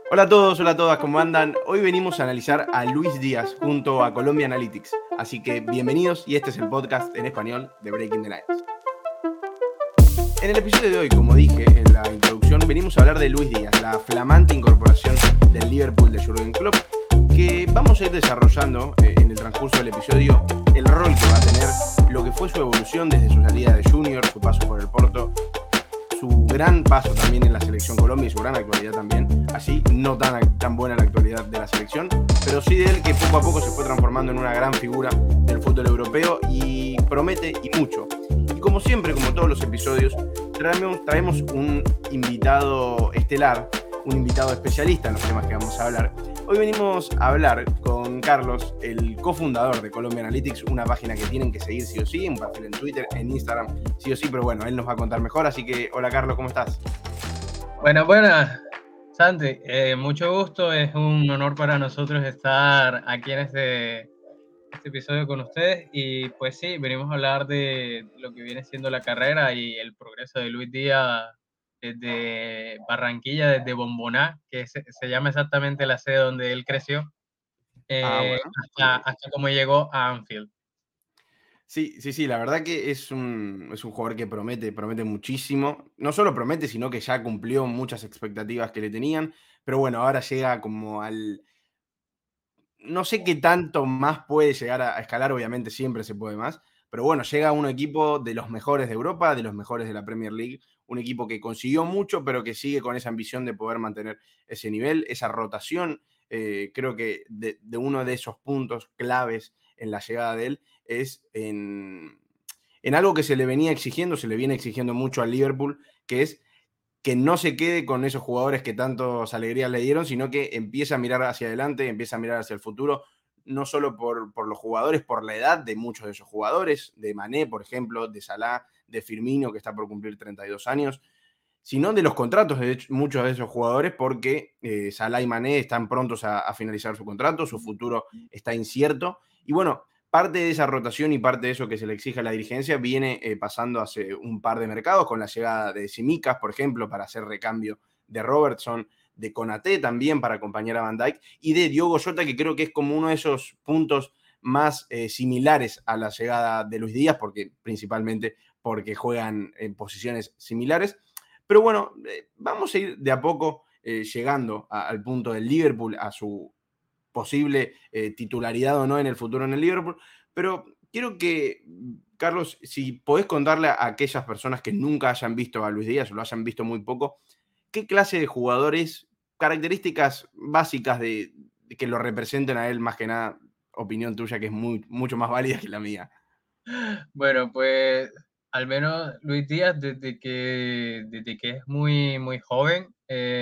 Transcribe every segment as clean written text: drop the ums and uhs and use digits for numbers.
Hola a todos, hola a todas, ¿cómo andan? Hoy venimos a analizar a Luis Díaz junto a Colombia Analytics. Así que bienvenidos y este es el podcast en español de Breaking the Lines. En el episodio de hoy, como dije en la introducción, venimos a hablar de Luis Díaz, la flamante incorporación del Liverpool de Jürgen Klopp, que vamos a ir desarrollando en el transcurso del episodio el rol que va a tener, lo que fue su evolución desde su salida de Junior, su paso por el Porto, su gran paso también en la selección Colombia y su gran actualidad también, así no tan buena la actualidad de la selección, pero sí de él que poco a poco se fue transformando en una gran figura del fútbol europeo y promete y mucho. Y como siempre, como todos los episodios, traemos un invitado estelar, un invitado especialista en los temas que vamos a hablar. Hoy venimos a hablar con Carlos, el cofundador de Colombia Analytics, una página que tienen que seguir sí o sí, un perfil en Twitter, en Instagram, sí o sí, pero bueno, él nos va a contar mejor, así que hola Carlos, ¿cómo estás? Buenas, Santi. Mucho gusto, es un honor para nosotros estar aquí en este episodio con ustedes y pues sí, venimos a hablar de lo que viene siendo la carrera y el progreso de Luis Díaz desde Barranquilla, desde Bomboná, que se llama exactamente la sede donde él creció, Bueno, ok. hasta cómo llegó a Anfield. Sí, la verdad que es un jugador que promete muchísimo. No solo promete, sino que ya cumplió muchas expectativas que le tenían. Pero bueno, ahora llega como al. No sé qué tanto más puede llegar a escalar, obviamente siempre se puede más. Pero bueno, llega a un equipo de los mejores de Europa, de los mejores de la Premier League. Un equipo que consiguió mucho, pero que sigue con esa ambición de poder mantener ese nivel, esa rotación. Creo que de uno de esos puntos claves en la llegada de él es en algo que se le venía exigiendo, se le viene exigiendo mucho al Liverpool, que es que no se quede con esos jugadores que tantas alegrías le dieron, sino que empieza a mirar hacia adelante, empieza a mirar hacia el futuro, no solo por los jugadores, por la edad de muchos de esos jugadores, de Mané, por ejemplo, de Salah, de Firmino, que está por cumplir 32 años, sino de los contratos de muchos de esos jugadores, porque Salah y Mané están prontos a finalizar su contrato, su futuro está incierto. Y bueno, parte de esa rotación y parte de eso que se le exige a la dirigencia viene pasando hace un par de mercados, con la llegada de Simicas, por ejemplo, para hacer recambio de Robertson, de Konaté también para acompañar a Van Dijk, y de Diogo Jota, que creo que es como uno de esos puntos más similares a la llegada de Luis Díaz, porque principalmente porque juegan en posiciones similares. Pero bueno, vamos a ir de a poco llegando al punto del Liverpool, a su posible titularidad o no en el futuro en el Liverpool. Pero quiero que, Carlos, si podés contarle a aquellas personas que nunca hayan visto a Luis Díaz o lo hayan visto muy poco, ¿qué clase de jugadores, características básicas de que lo representen a él más que nada? Opinión tuya que es mucho más válida que la mía. Bueno, pues al menos Luis Díaz, desde que es muy joven,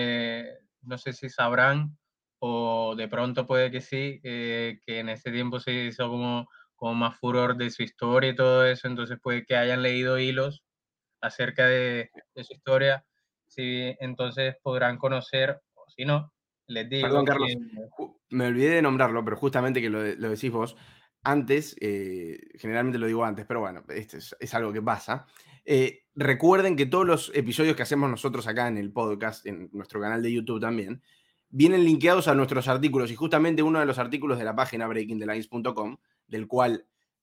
no sé si sabrán, o de pronto puede que sí, que en ese tiempo se hizo como más furor de su historia y todo eso, entonces puede que hayan leído hilos acerca de su historia, sí, entonces podrán conocer, o si no, les Perdón, digo que, Carlos, me olvidé de nombrarlo, pero justamente que lo decís vos, antes, generalmente lo digo antes, pero bueno, esto es algo que pasa. Recuerden que todos los episodios que hacemos nosotros acá en el podcast, en nuestro canal de YouTube también, vienen linkeados a nuestros artículos, y justamente uno de los artículos de la página breakingthelines.com, del cual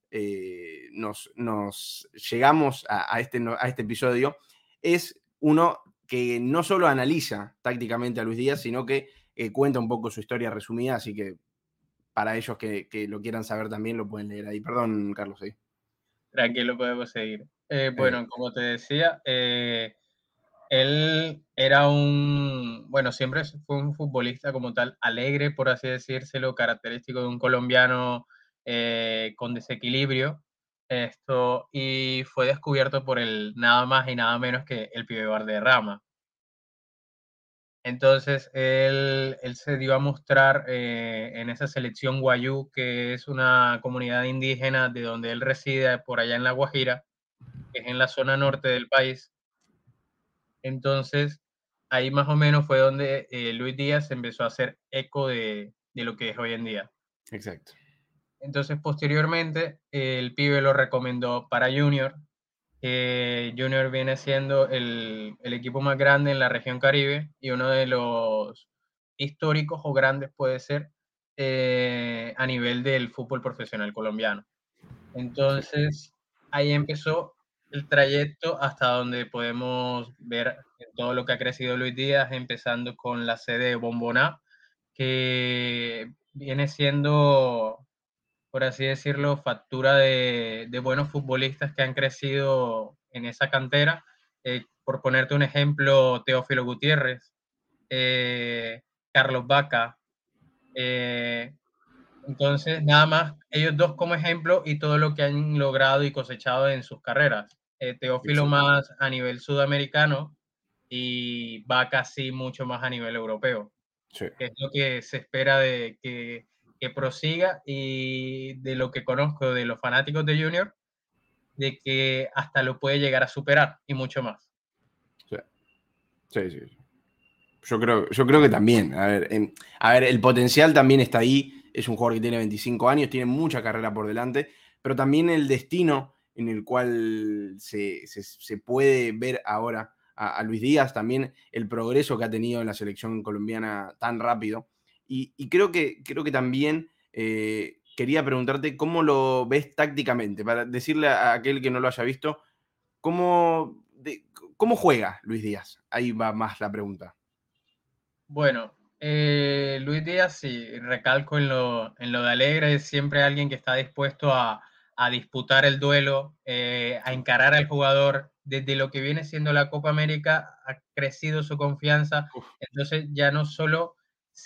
nos llegamos a este episodio, es uno que no solo analiza tácticamente a Luis Díaz, sino que cuenta un poco su historia resumida, así que para ellos que lo quieran saber también lo pueden leer ahí. Perdón, Carlos, sí. tranquilo, podemos seguir. Eh, Bueno, como te decía, él era bueno, siempre fue un futbolista como tal, alegre, por así decírselo, característico de un colombiano con desequilibrio. Y fue descubierto por el nada más y nada menos que el pibe Valderrama. Entonces, él se dio a mostrar en esa selección Guayú, que es una comunidad indígena de donde él reside, por allá en La Guajira, que es en la zona norte del país. Entonces, ahí más o menos fue donde Luis Díaz empezó a hacer eco de lo que es hoy en día. exacto. Entonces, posteriormente, el pibe lo recomendó para Junior. Junior viene siendo el equipo más grande en la región Caribe y uno de los históricos o grandes puede ser a nivel del fútbol profesional colombiano. Sí, Entonces, ahí empezó el trayecto hasta donde podemos ver todo lo que ha crecido Luis Díaz, empezando con la sede de Bomboná, que viene siendo, por así decirlo, factura de buenos futbolistas que han crecido en esa cantera. Por ponerte un ejemplo, Teófilo Gutiérrez, eh, Carlos Vaca, eh, entonces, nada más ellos dos como ejemplo y todo lo que han logrado y cosechado en sus carreras. Teófilo exacto. más a nivel sudamericano y Vaca sí mucho más a nivel europeo, Sí. que es lo que se espera de que prosiga y de lo que conozco de los fanáticos de Junior, de que hasta lo puede llegar a superar y mucho más. Sí, sí, sí. Yo creo que también. A ver, el potencial también está ahí. Es un jugador que tiene 25 años, tiene mucha carrera por delante, pero también el destino en el cual se puede ver ahora a Luis Díaz, también el progreso que ha tenido en la selección colombiana tan rápido. Y creo que también quería preguntarte cómo lo ves tácticamente, para decirle a aquel que no lo haya visto, cómo, cómo juega Luis Díaz. Ahí va más la pregunta. Bueno, Luis Díaz, sí, recalco en lo de Alegre, es siempre alguien que está dispuesto a disputar el duelo, a Sí. encarar al jugador. Desde lo que viene siendo la Copa América, ha crecido su confianza, Uf, entonces ya no solo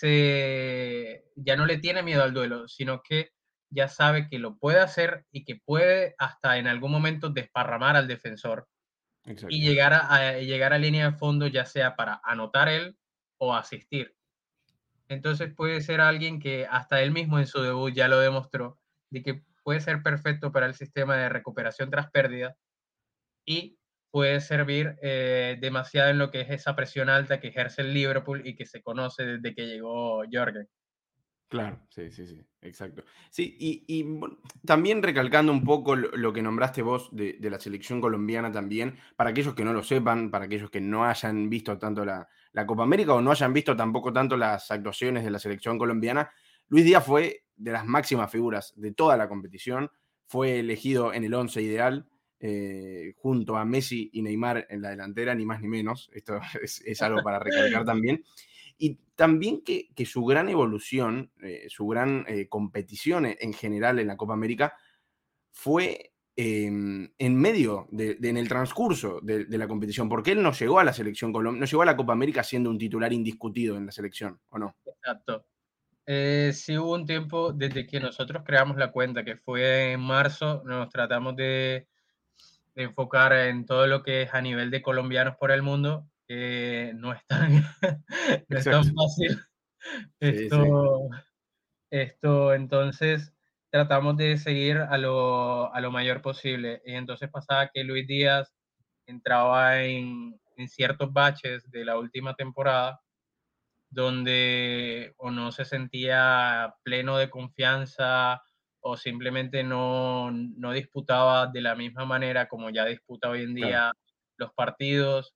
ya no le tiene miedo al duelo, sino que ya sabe que lo puede hacer y que puede hasta en algún momento desparramar al defensor y exacto. llegar a línea de fondo, ya sea para anotar él o asistir. Entonces puede ser alguien que hasta él mismo en su debut ya lo demostró, de que puede ser perfecto para el sistema de recuperación tras pérdida y puede servir demasiado en lo que es esa presión alta que ejerce el Liverpool y que se conoce desde que llegó Jorgen. Claro, sí, sí, sí, exacto. Sí, bueno, también recalcando un poco lo que nombraste vos de la selección colombiana también, para aquellos que no lo sepan, para aquellos que no hayan visto tanto la Copa América o no hayan visto tampoco tanto las actuaciones de la selección colombiana, Luis Díaz fue de las máximas figuras de toda la competición, fue elegido en el once ideal, junto a Messi y Neymar en la delantera, ni más ni menos, esto es algo para recalcar también. Y también que su gran evolución, su gran competición en general en la Copa América fue en medio, en el transcurso de la competición, porque él no llegó a la selección Colombia, no llegó a la Copa América siendo un titular indiscutido en la selección, ¿o no? Exacto. Sí hubo un tiempo desde que nosotros creamos la cuenta, que fue en marzo, nos tratamos de enfocar en todo lo que es a nivel de colombianos por el mundo, no es tan, no es tan Exacto. fácil Sí, sí, esto, entonces tratamos de seguir a lo mayor posible. Y entonces pasaba que Luis Díaz entraba en ciertos baches de la última temporada donde o no se sentía pleno de confianza o simplemente no disputaba de la misma manera como ya disputa hoy en claro, día los partidos.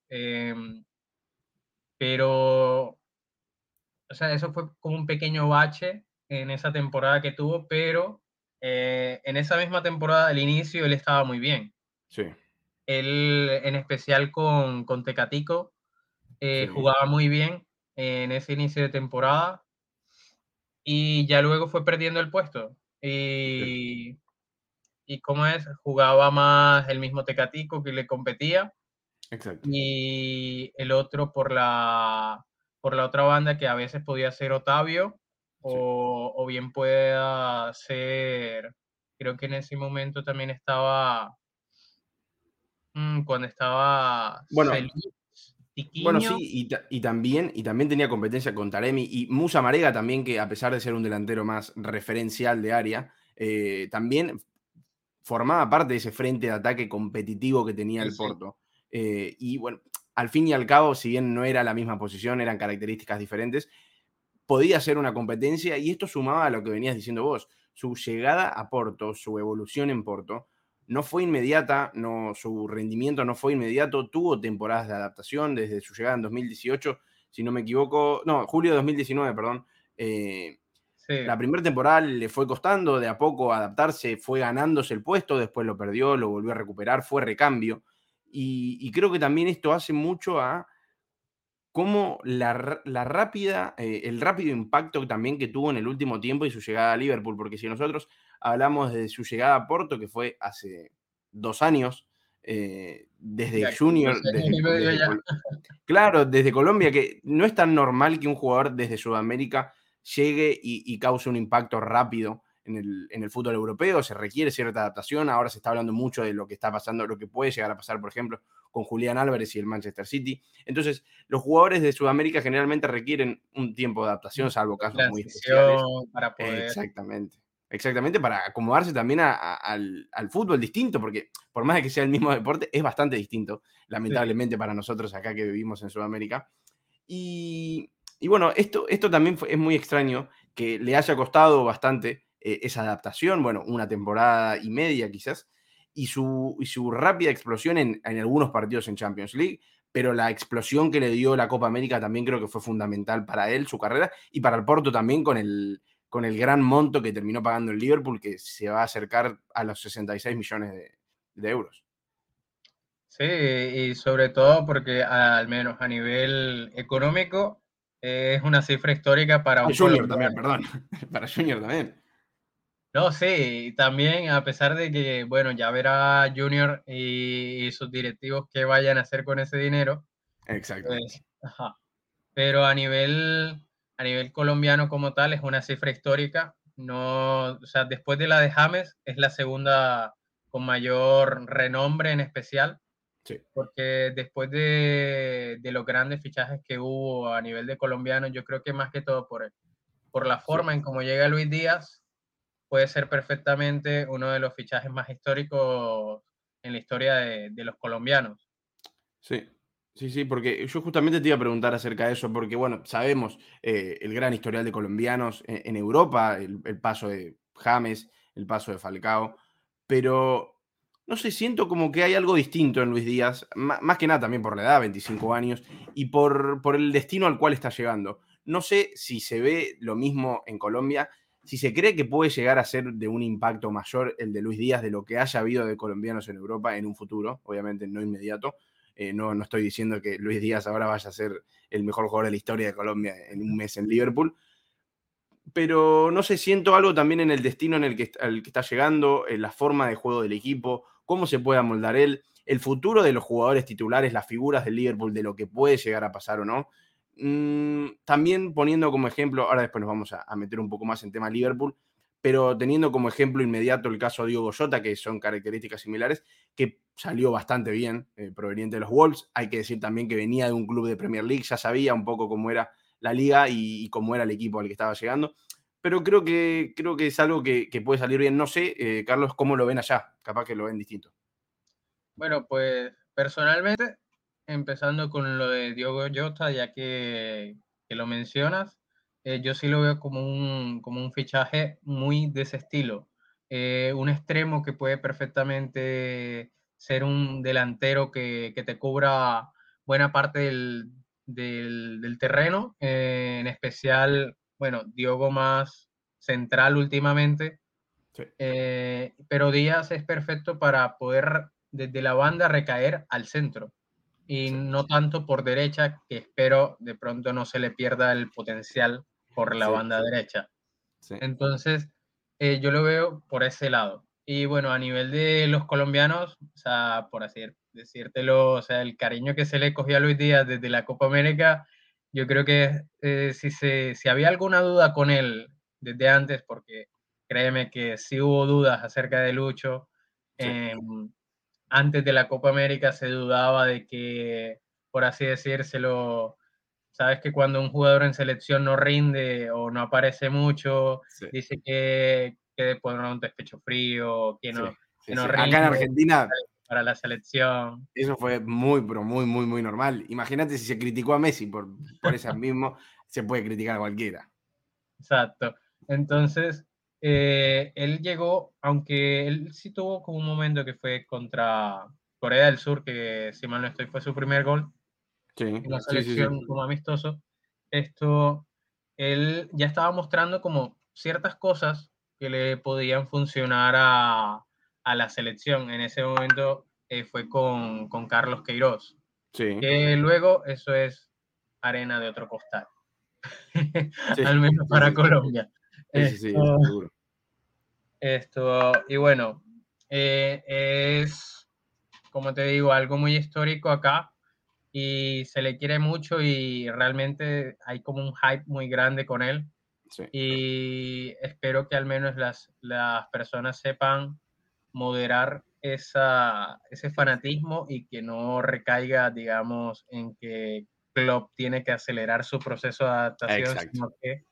Pero, o sea, eso fue como un pequeño bache en esa temporada que tuvo, pero en esa misma temporada, al inicio, él estaba muy bien. sí, Él, en especial con Tecatico, sí, jugaba muy bien en ese inicio de temporada y ya luego fue perdiendo el puesto. sí, Y cómo es, jugaba más el mismo Tecatico que le competía exacto, y el otro por la otra banda que a veces podía ser Otavio sí. o bien pueda ser, creo que en ese momento también estaba, cuando estaba Bueno, Feliz, Bueno, Tiquinho, sí, y también tenía competencia con Taremi y Musa Marega también, que a pesar de ser un delantero más referencial de área, también formaba parte de ese frente de ataque competitivo que tenía sí, el sí, Porto. Y bueno, al fin y al cabo, si bien no era la misma posición, eran características diferentes, podía ser una competencia y esto sumaba a lo que venías diciendo vos. Su llegada a Porto, su evolución en Porto, no fue inmediata, no, su rendimiento no fue inmediato, tuvo temporadas de adaptación desde su llegada en 2018, si no me equivoco, no, julio de 2019, perdón. Sí, La primera temporada le fue costando de a poco adaptarse, fue ganándose el puesto, después lo perdió, lo volvió a recuperar, fue recambio. Y creo que también esto hace mucho a cómo la rápida, el rápido impacto también que tuvo en el último tiempo y su llegada a Liverpool, porque si nosotros hablamos de su llegada a Porto, que fue hace 2 años, desde ya casi dos Junior, años y medio ya. claro, desde Colombia, que no es tan normal que un jugador desde Sudamérica llegue y cause un impacto rápido en el fútbol europeo, se requiere cierta adaptación, ahora se está hablando mucho de lo que está pasando, lo que puede llegar a pasar, por ejemplo, con Julián Álvarez y el Manchester City. Entonces, los jugadores de Sudamérica generalmente requieren un tiempo de adaptación, salvo De casos muy especiales. transición para poder, Exactamente. Exactamente, para acomodarse también al fútbol distinto, porque por más de que sea el mismo deporte, es bastante distinto, sí, lamentablemente para nosotros acá que vivimos en Sudamérica. Y bueno, esto también es muy extraño que le haya costado bastante esa adaptación, bueno, una temporada y media quizás, y su rápida explosión en algunos partidos en Champions League, pero la explosión que le dio la Copa América también creo que fue fundamental para él, su carrera, y para el Porto también con el gran monto que terminó pagando el Liverpool, que se va a acercar a los 66 millones de euros. sí, y sobre todo porque al menos a nivel económico es una cifra histórica para Ah, un Junior también, colombiano. perdón, para Junior también. No, sí, y también a pesar de que, bueno, ya verá Junior y sus directivos qué vayan a hacer con ese dinero, Exactamente. pues, ajá. Pero a nivel colombiano como tal es una cifra histórica. No, o sea, después de la de James es la segunda con mayor renombre en especial, Sí, porque después de los grandes fichajes que hubo a nivel de colombianos, yo creo que más que todo por la sí. forma en cómo llega Luis Díaz, puede ser perfectamente uno de los fichajes más históricos en la historia de los colombianos. Sí, sí, sí, porque yo justamente te iba a preguntar acerca de eso, porque bueno, sabemos el gran historial de colombianos en Europa, el paso de James, el paso de Falcao, pero no sé, siento como que hay algo distinto en Luis Díaz, más que nada también por la edad, 25 años, y por el destino al cual está llegando. No sé si se ve lo mismo en Colombia, si se cree que puede llegar a ser de un impacto mayor el de Luis Díaz de lo que haya habido de colombianos en Europa en un futuro, obviamente no inmediato. No estoy diciendo que Luis Díaz ahora vaya a ser el mejor jugador de la historia de Colombia en un mes en Liverpool, pero no sé, siento algo también en el destino al que está llegando, en la forma de juego del equipo, cómo se puede amoldar él, el futuro de los jugadores titulares, las figuras del Liverpool, de lo que puede llegar a pasar o no. También poniendo como ejemplo, ahora después nos vamos a meter un poco más en tema Liverpool, pero teniendo como ejemplo inmediato el caso de Diogo Jota, que son características similares, que salió bastante bien, proveniente de los Wolves. Hay que decir también que venía de un club de Premier League, ya sabía un poco cómo era la liga y cómo era el equipo al que estaba llegando. Pero creo que es algo que puede salir bien. No sé, Carlos, cómo lo ven allá. Capaz que lo ven distinto. Bueno, pues personalmente, empezando con lo de Diogo Jota, ya que lo mencionas, yo sí lo veo como un fichaje muy de ese estilo. Un extremo que puede perfectamente ser un delantero que te cubra buena parte del terreno, en especial, bueno, Diogo más central últimamente, Sí, pero Díaz es perfecto para poder desde la banda recaer al centro y sí, no tanto por derecha, que espero de pronto no se le pierda el potencial por la sí, banda derecha. sí, Entonces, yo lo veo por ese lado. Y bueno, a nivel de los colombianos, o sea, por así decírtelo, o sea, el cariño que se le cogió a Luis Díaz desde la Copa América, yo creo que si había alguna duda con él desde antes, porque créeme que sí hubo dudas acerca de Lucho, sí, em, antes de la Copa América se dudaba de que, por así decírselo, sabes que cuando un jugador en selección no rinde o no aparece mucho, sí, dice que de poner un despecho frío, sí, que sí, no sí. Acá en rinde Argentina para la selección. eso fue muy, pero muy, muy, muy normal. Imagínate si se criticó a Messi por ese mismo, se puede criticar a cualquiera. Exacto. Entonces, él llegó, aunque él sí tuvo como un momento que fue contra Corea del Sur, que si mal no estoy fue su primer gol, Sí, en la sí, sí, sí. selección como amistoso, esto, él ya estaba mostrando como ciertas cosas que le podían funcionar a la selección. En ese momento fue con Carlos Queiroz, Sí, que luego eso es arena de otro costal, sí, al menos sí, para sí, sí. Colombia. Sí, sí, sí, eso Esto, seguro. y bueno, es, como te digo, algo muy histórico acá y se le quiere mucho y realmente hay como un hype muy grande con él Sí, y espero que al menos las personas sepan moderar ese fanatismo y que no recaiga, digamos, en que Klopp tiene que acelerar su proceso de adaptación, exacto. sino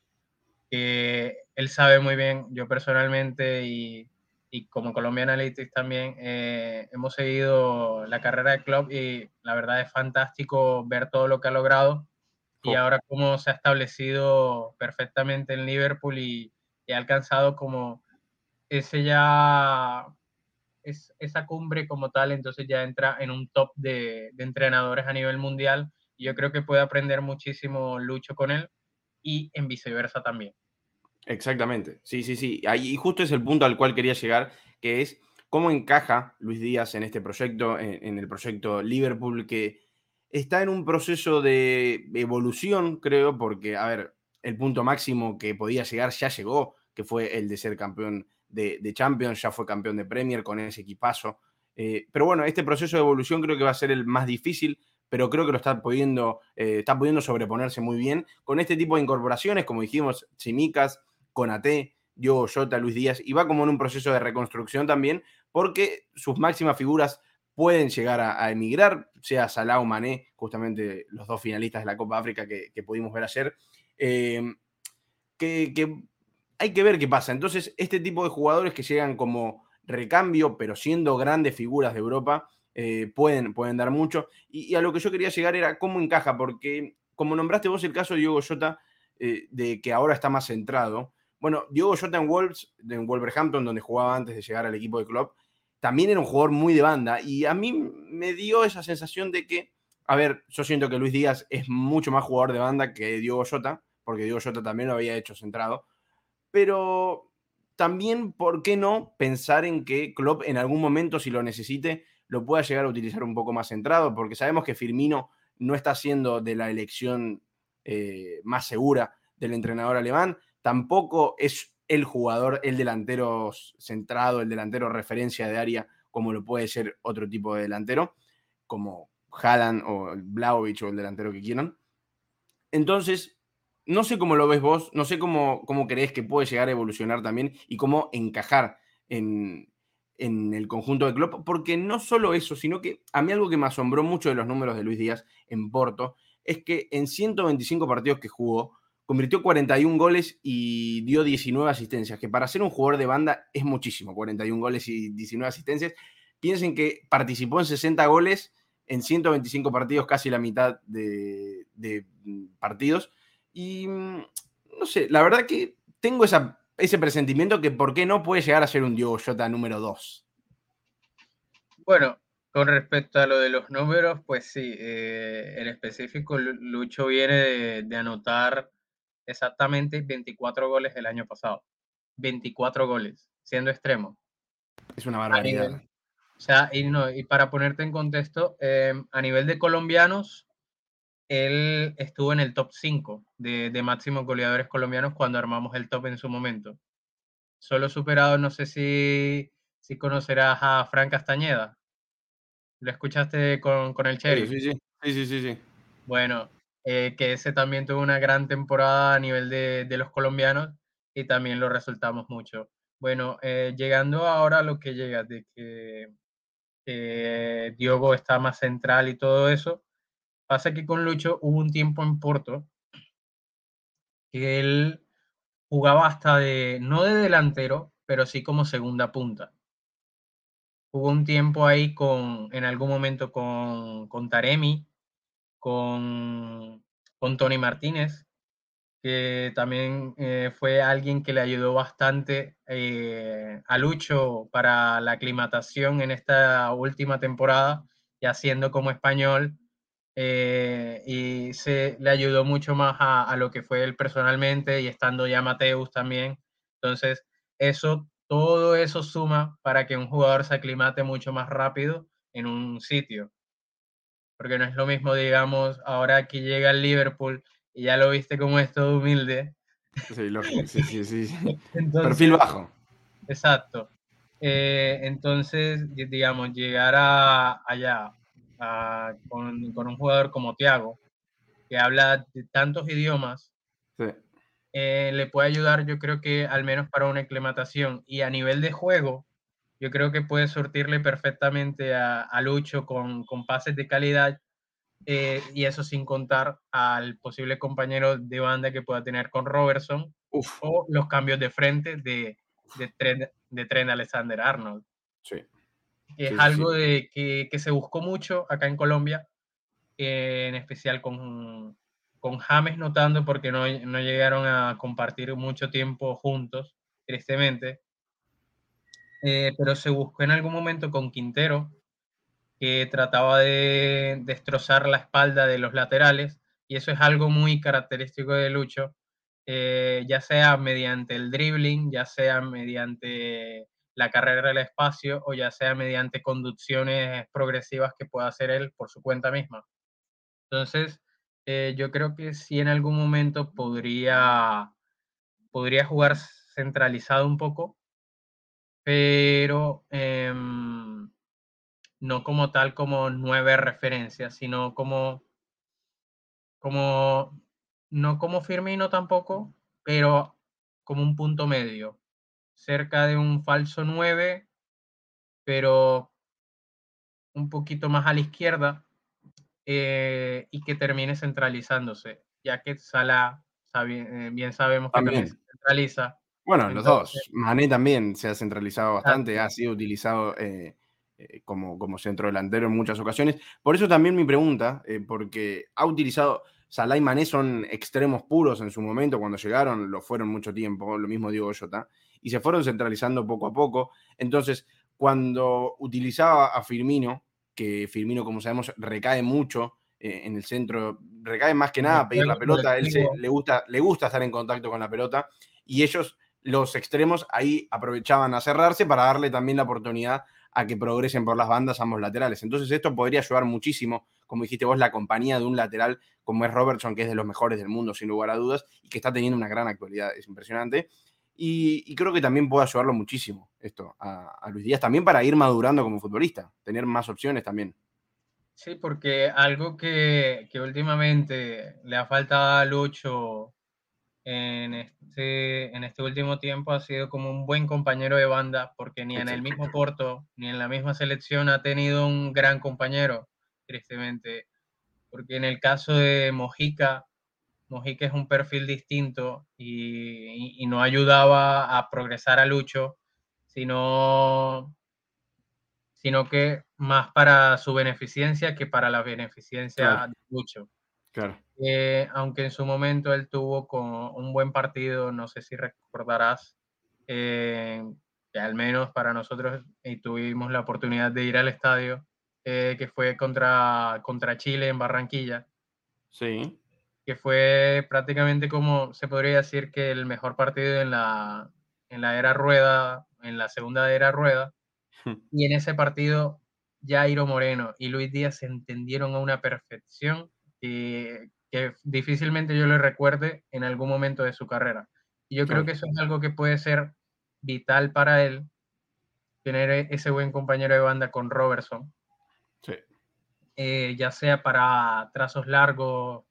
que él sabe muy bien, yo personalmente y como Colombia Analytics también, hemos seguido la carrera de Klopp y la verdad es fantástico ver todo lo que ha logrado y Jo, ahora cómo se ha establecido perfectamente en Liverpool y ha alcanzado como ese ya, esa cumbre como tal, entonces ya entra en un top de entrenadores a nivel mundial y yo creo que puede aprender muchísimo Lucho con él y en viceversa también. exactamente. Sí, sí, sí. Ahí, y justo es el punto al cual quería llegar, que es cómo encaja Luis Díaz en este proyecto, en el proyecto Liverpool, que está en un proceso de evolución, creo, porque, a ver, el punto máximo que podía llegar ya llegó, que fue el de ser campeón de Champions, ya fue campeón de Premier con ese equipazo. Pero bueno, este proceso de evolución creo que va a ser el más difícil, pero creo que lo está pudiendo sobreponerse muy bien con este tipo de incorporaciones, como dijimos, Chimicas, Konaté, Diogo Jota, Luis Díaz, y va como en un proceso de reconstrucción también, porque sus máximas figuras pueden llegar a emigrar, sea Salah o Mané, justamente los dos finalistas de la Copa África que pudimos ver ayer, eh, que hay que ver qué pasa. Entonces, este tipo de jugadores que llegan como recambio, pero siendo grandes figuras de Europa, pueden dar mucho. Y a lo que yo quería llegar era cómo encaja, porque como nombraste vos el caso de Diogo Jota, de que ahora está más centrado. Bueno, Diogo Jota en Wolves, en Wolverhampton, donde jugaba antes de llegar al equipo de club, también era un jugador muy de banda. Y a mí me dio esa sensación de que, a ver, yo siento que Luis Díaz es mucho más jugador de banda que Diogo Jota, porque Diogo Jota también lo había hecho centrado, pero también, ¿por qué no pensar en que Klopp en algún momento, si lo necesite, lo pueda llegar a utilizar un poco más centrado? Porque sabemos que Firmino no está siendo de la elección más segura del entrenador alemán, tampoco es el jugador, el delantero centrado, el delantero referencia de área, como lo puede ser otro tipo de delantero, como Haaland o Vlahovic o el delantero que quieran. Entonces, no sé cómo lo ves vos, no sé cómo crees que puede llegar a evolucionar también y cómo encajar en el conjunto de Klopp, porque no solo eso, sino que a mí algo que me asombró mucho de los números de Luis Díaz en Porto es que en 125 partidos que jugó, convirtió 41 goles y dio 19 asistencias, que para ser un jugador de banda es muchísimo, 41 goles y 19 asistencias. Piensen que participó en 60 goles en 125 partidos, casi la mitad de partidos. Y no sé, la verdad que tengo ese presentimiento que por qué no puede llegar a ser un Diogo Jota número 2. Bueno, con respecto a lo de los números, pues sí, en específico Lucho viene de anotar exactamente 24 goles el año pasado. 24 goles, siendo extremo. Es una A nivel, barbaridad. o sea, y, no, y para ponerte en contexto, a nivel de colombianos, él estuvo en el top 5 de máximos goleadores colombianos cuando armamos el top en su momento. Solo superado, no sé si conocerás a Fran Castañeda. ¿Lo escuchaste con el Obvio, Sheriff? sí, sí. Sí, sí, sí, sí. Bueno, que ese también tuvo una gran temporada a nivel de los colombianos y también lo resaltamos mucho. Bueno, llegando ahora a lo que llega, de que Diogo está más central y todo eso, pasa que con Lucho hubo un tiempo en Porto que él jugaba hasta no de delantero, pero sí como segunda punta. Hubo un tiempo ahí en algún momento con Taremi, con, con Tony Martínez, que también fue alguien que le ayudó bastante a Lucho para la aclimatación en esta última temporada, ya siendo como español. y se le ayudó mucho más a lo que fue él personalmente y estando ya Mateus también. Entonces, todo eso suma para que un jugador se aclimate mucho más rápido en un sitio, porque no es lo mismo, digamos, ahora que llega el Liverpool y ya lo viste como es todo humilde. Sí, lógico. Sí, sí, sí, sí. Perfil Entonces, bajo. exacto. Entonces, digamos, llegar allá con un jugador como Thiago, que habla de tantos idiomas, Sí. le puede ayudar, yo creo que al menos para una aclimatación. Y a nivel de juego, yo creo que puede surtirle perfectamente a Lucho con pases de calidad, y eso sin contar al posible compañero de banda que pueda tener con Robertson Uf. o los cambios de frente de Trent Alexander-Arnold, Sí, que es sí, sí, algo sí. que se buscó mucho acá en Colombia, en especial con James notando porque no llegaron a compartir mucho tiempo juntos, tristemente, pero se buscó en algún momento con Quintero, que trataba de destrozar la espalda de los laterales, y eso es algo muy característico de Lucho, ya sea mediante el dribbling, ya sea mediante la carrera del espacio o ya sea mediante conducciones progresivas que pueda hacer él por su cuenta misma. Entonces, yo creo que sí en algún momento podría jugar centralizado un poco, pero no como tal como 9 referencias, sino como, no como Firmino tampoco, pero como un punto medio, cerca de un falso 9, pero un poquito más a la izquierda, y que termine centralizándose, ya que Salah, bien sabemos que también se También. centraliza. Bueno, los Entonces, dos. Mané también se ha centralizado bastante, exacto, ha sido utilizado como centro delantero en muchas ocasiones. Por eso también mi pregunta, porque ha utilizado. Salah y Mané son extremos puros en su momento, cuando llegaron, lo fueron mucho tiempo, lo mismo Diego Jota, y se fueron centralizando poco a poco. Entonces, cuando utilizaba a Firmino, que Firmino, como sabemos, recae mucho en el centro, recae más que en el nada a pedir juego la pelota, colectivo, le gusta estar en contacto con la pelota, y ellos los extremos ahí aprovechaban a cerrarse para darle también la oportunidad a que progresen por las bandas ambos laterales. Entonces esto podría ayudar muchísimo, como dijiste vos, la compañía de un lateral como es Robertson, que es de los mejores del mundo sin lugar a dudas y que está teniendo una gran actualidad, es impresionante. Y creo que también puede ayudarlo muchísimo esto a Luis Díaz, también para ir madurando como futbolista, tener más opciones también. sí, porque algo que últimamente le ha faltado a Lucho en este último tiempo ha sido como un buen compañero de banda, porque ni en el Exacto. mismo Porto ni en la misma selección ha tenido un gran compañero, tristemente, porque en el caso de Mojica, Mojica es un perfil distinto y no ayudaba a progresar a Lucho, sino, sino que más para su beneficencia que para la Claro, beneficencia de Lucho. claro. Aunque en su momento él tuvo con un buen partido, no sé si recordarás, eh, que al menos para nosotros, y tuvimos la oportunidad de ir al estadio, que fue contra Chile en Barranquilla, Sí. que fue prácticamente como se podría decir que el mejor partido en la era Rueda, en la segunda era Rueda, y en ese partido Jairo Moreno y Luis Díaz se entendieron a una perfección que difícilmente yo le recuerde en algún momento de su carrera. Y yo creo Claro. que eso es algo que puede ser vital para él, tener ese buen compañero de banda con Robertson, Sí. ya sea para trazos largos,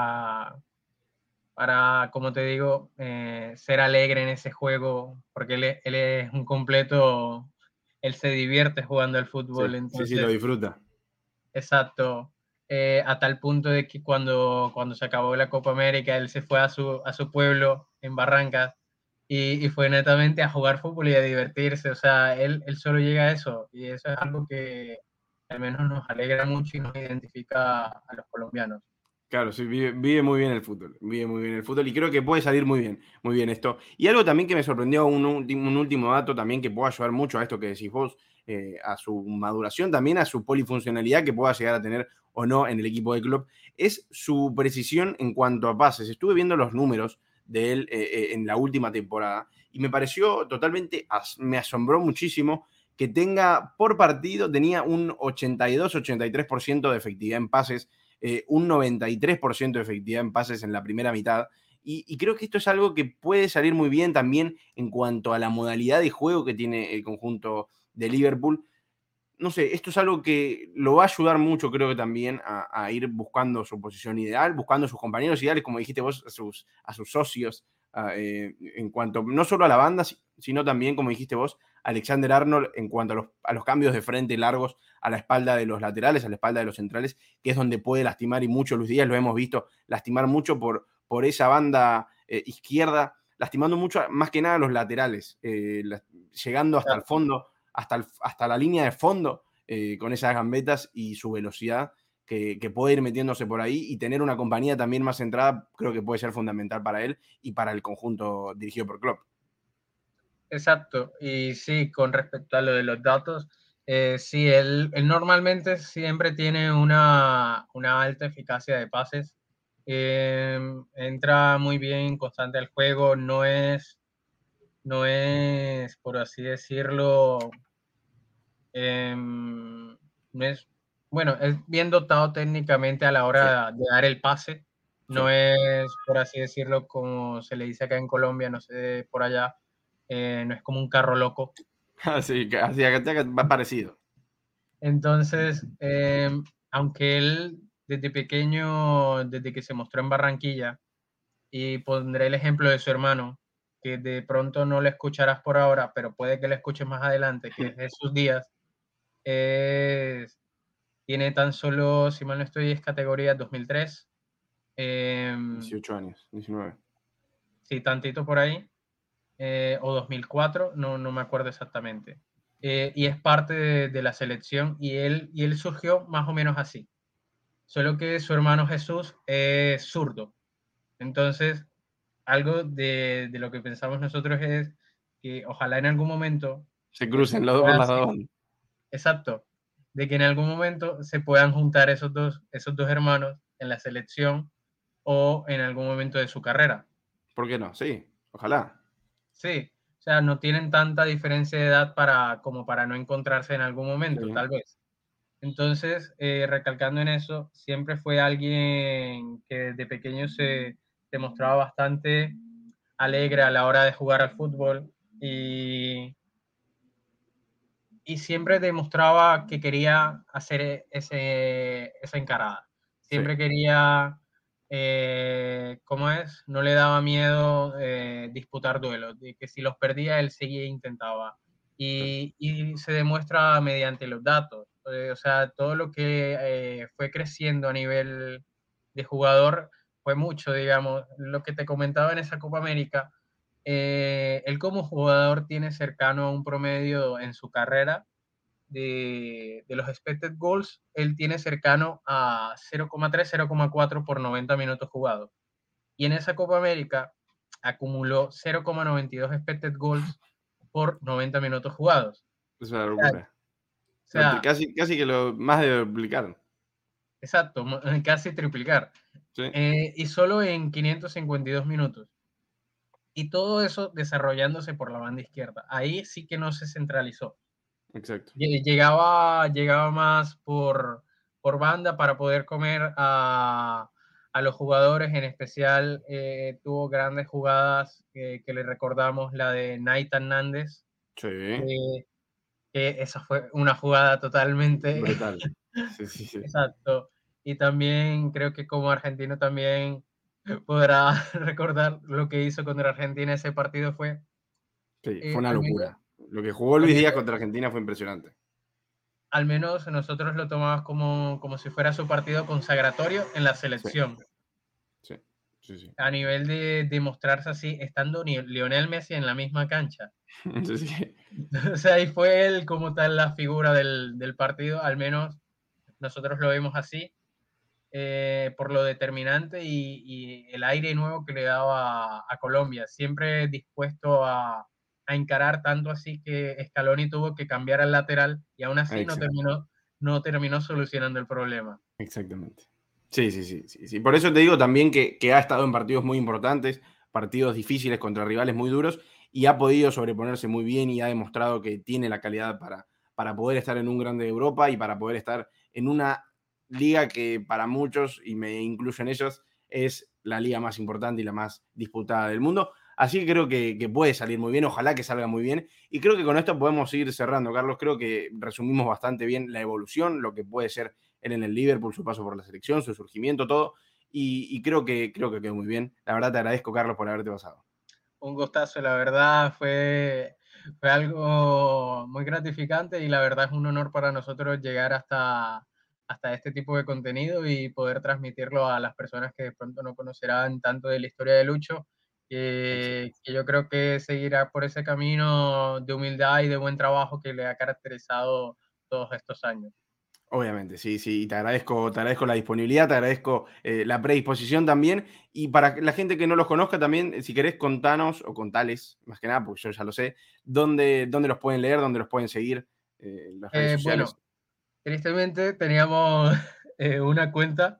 como te digo, ser alegre en ese juego, porque él es un completo, él se divierte jugando al Sí, fútbol, sí, sí, lo entonces, disfruta. exacto, a tal punto de que cuando se acabó la Copa América, él se fue a su pueblo en Barrancas y fue netamente a jugar fútbol y a divertirse, o sea, él solo llega a eso, y eso es algo que al menos nos alegra mucho y nos identifica a los colombianos. Claro, sí, vive muy bien el fútbol, vive muy bien el fútbol y creo que puede salir muy bien esto. Y algo también que me sorprendió, un último dato también que puede ayudar mucho a esto que decís vos, a su maduración, también a su polifuncionalidad que pueda llegar a tener o no en el equipo de club, es su precisión en cuanto a pases. Estuve viendo los números de él en la última temporada y me pareció totalmente, me asombró muchísimo que tenga por partido, tenía un 82-83% de efectividad en pases, un 93% de efectividad en pases en la primera mitad. Y creo que esto es algo que puede salir muy bien también en cuanto a la modalidad de juego que tiene el conjunto de Liverpool. No sé, esto es algo que lo va a ayudar mucho, creo que también, a ir buscando su posición ideal, buscando sus compañeros ideales, como dijiste vos, a sus socios, en cuanto no solo a la banda, sino también, como dijiste vos, Alexander Arnold, en cuanto a los cambios de frente largos a la espalda de los laterales, a la espalda de los centrales, que es donde puede lastimar y mucho. Luis Díaz lo hemos visto lastimar mucho por esa banda izquierda, lastimando mucho más que nada los laterales, llegando hasta el Exacto. fondo hasta la línea de fondo con esas gambetas y su velocidad que puede ir metiéndose por ahí y tener una compañía también más centrada, creo que puede ser fundamental para él y para el conjunto dirigido por Klopp. Exacto, y sí, con respecto a lo de los datos, sí, él normalmente siempre tiene una alta eficacia de pases, entra muy bien constante al juego, no es, por así decirlo, no es, bueno, es bien dotado técnicamente a la Sí, hora de dar el pase, sí. no es, por así decirlo, como se le dice acá en Colombia, no sé, por allá, no es como un carro loco. Así acá va parecido. Entonces, aunque él desde pequeño, desde que se mostró en Barranquilla, y pondré el ejemplo de su hermano, que de pronto no le escucharás por ahora, pero puede que le escuches más adelante, que es Jesús Díaz, es tiene tan solo, si mal no estoy, es categoría 2003. 18 años, 19. Sí, tantito por ahí. O 2004, no me acuerdo exactamente. Y es parte de la selección y él surgió más o menos así. Solo que su hermano Jesús es zurdo. Entonces, algo de lo que pensamos nosotros es que ojalá en algún momento Se se crucen los dos por pueda las hacer, dos. exacto, de que en algún momento se puedan juntar esos dos hermanos en la selección o en algún momento de su carrera. ¿Por qué no? Sí, ojalá. Sí, o sea, no tienen tanta diferencia de edad como para no encontrarse en algún momento, Sí. tal vez. Entonces, recalcando en eso, siempre fue alguien que desde pequeño se mostraba bastante alegre a la hora de jugar al fútbol y siempre demostraba que quería hacer esa encarada. Sí, Siempre quería, ¿cómo es? No le daba miedo disputar duelos, de que si los perdía él seguía e intentaba. claro. Y se demuestra mediante los datos. O sea, todo lo que fue creciendo a nivel de jugador fue mucho, digamos. Lo que te comentaba en esa Copa América, él como jugador tiene cercano a un promedio en su carrera de los expected goals, él tiene cercano a 0,3, 0,4 por 90 minutos jugados. Y en esa Copa América acumuló 0,92 expected goals por 90 minutos jugados. Es una O locura. sea, Casi que lo más de duplicaron. exacto, casi triplicar. Sí, Y solo en 552 minutos. Y todo eso desarrollándose por la banda izquierda. Ahí sí que no se centralizó. exacto. Llegaba más por banda para poder comer a los jugadores, en especial tuvo grandes jugadas que le recordamos, la de Nathan Nández, Sí, que, que esa fue una jugada totalmente brutal. Sí, sí, sí. exacto. Y también creo que como argentino también podrá recordar lo que hizo contra Argentina ese partido fue Sí, fue una al menos, locura. Lo que jugó al Luis menos Díaz contra Argentina fue impresionante. al menos nosotros lo tomamos como si fuera su partido consagratorio en la Sí, selección. sí, sí, sí. A nivel de mostrarse así, estando Lionel Messi en la misma cancha. Sí, sí. O sea, ahí fue él como tal la figura del partido, al menos nosotros lo vimos así. por lo determinante y el aire nuevo que le daba a Colombia, siempre dispuesto a encarar, tanto así que Scaloni tuvo que cambiar al lateral y aún así Exacto. no terminó solucionando el problema. Exactamente. Sí, sí, sí, sí, sí. Por eso te digo también que ha estado en partidos muy importantes, partidos difíciles contra rivales muy duros, y ha podido sobreponerse muy bien y ha demostrado que tiene la calidad para poder estar en un grande de Europa y para poder estar en una liga que para muchos, y me incluyo en ellos, es la liga más importante y la más disputada del mundo. Así que creo que puede salir muy bien, ojalá que salga muy bien. Y creo que con esto podemos ir cerrando, Carlos. Creo que resumimos bastante bien la evolución, lo que puede ser él en el Liverpool, su paso por la selección, su surgimiento, todo. Y creo que quedó muy bien. La verdad te agradezco, Carlos, por haberte pasado. Un gustazo, la verdad fue algo muy gratificante y la verdad es un honor para nosotros llegar hasta este tipo de contenido y poder transmitirlo a las personas que de pronto no conocerán tanto de la historia de Lucho, Excelente. que yo creo que seguirá por ese camino de humildad y de buen trabajo que le ha caracterizado todos estos años. Obviamente, sí, sí, y te agradezco la disponibilidad, te agradezco la predisposición también. Y para la gente que no los conozca también, si querés contanos, o contales, más que nada, porque yo ya lo sé, dónde los pueden leer, dónde los pueden seguir en las redes sociales. Bueno, tristemente teníamos una cuenta,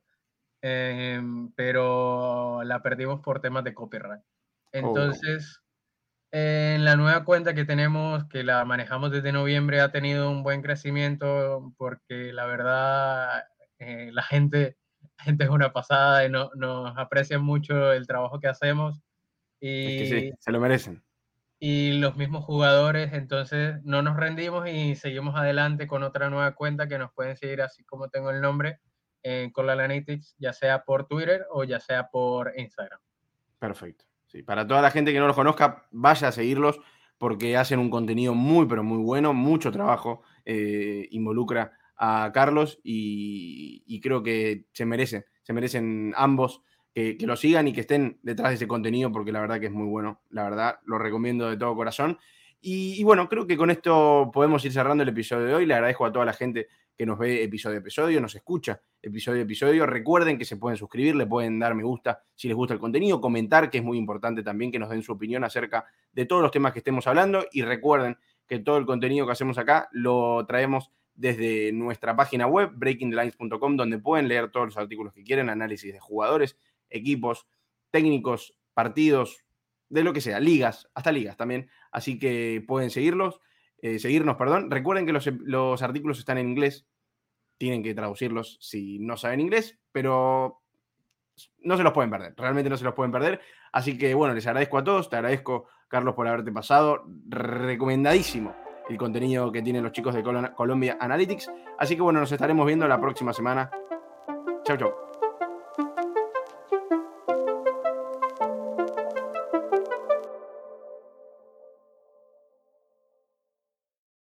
pero la perdimos por temas de copyright. Oh, Entonces, en la nueva cuenta que tenemos, que la manejamos desde noviembre, ha tenido un buen crecimiento porque la verdad, la gente es una pasada y nos aprecia mucho el trabajo que hacemos es que sí, y, se lo merecen. y los mismos jugadores, entonces no nos rendimos y seguimos adelante con otra nueva cuenta que nos pueden seguir así como tengo el nombre, con la Analytics, ya sea por Twitter o ya sea por Instagram. Perfecto. Sí, para toda la gente que no los conozca, vaya a seguirlos porque hacen un contenido muy, pero muy bueno, mucho trabajo involucra a Carlos y creo que se merecen ambos que lo sigan y que estén detrás de ese contenido porque la verdad que es muy bueno, la verdad lo recomiendo de todo corazón. Y bueno, creo que con esto podemos ir cerrando el episodio de hoy. Le agradezco a toda la gente que nos ve episodio a episodio, nos escucha episodio a episodio. Recuerden que se pueden suscribir, le pueden dar me gusta si les gusta el contenido, comentar, que es muy importante también que nos den su opinión acerca de todos los temas que estemos hablando. Y recuerden que todo el contenido que hacemos acá lo traemos desde nuestra página web, breakingthelines.com, donde pueden leer todos los artículos que quieren, análisis de jugadores, equipos, técnicos, partidos, de lo que sea, ligas, hasta ligas también. Así que pueden seguirnos, perdón. Recuerden que los artículos están en inglés, tienen que traducirlos si no saben inglés, pero no se los pueden perder, realmente no se los pueden perder. Así que bueno, les agradezco a todos, te agradezco, Carlos, por haberte pasado. Recomendadísimo el contenido que tienen los chicos de Colombia Analytics. Así que bueno, nos estaremos viendo la próxima semana. Chau, chau.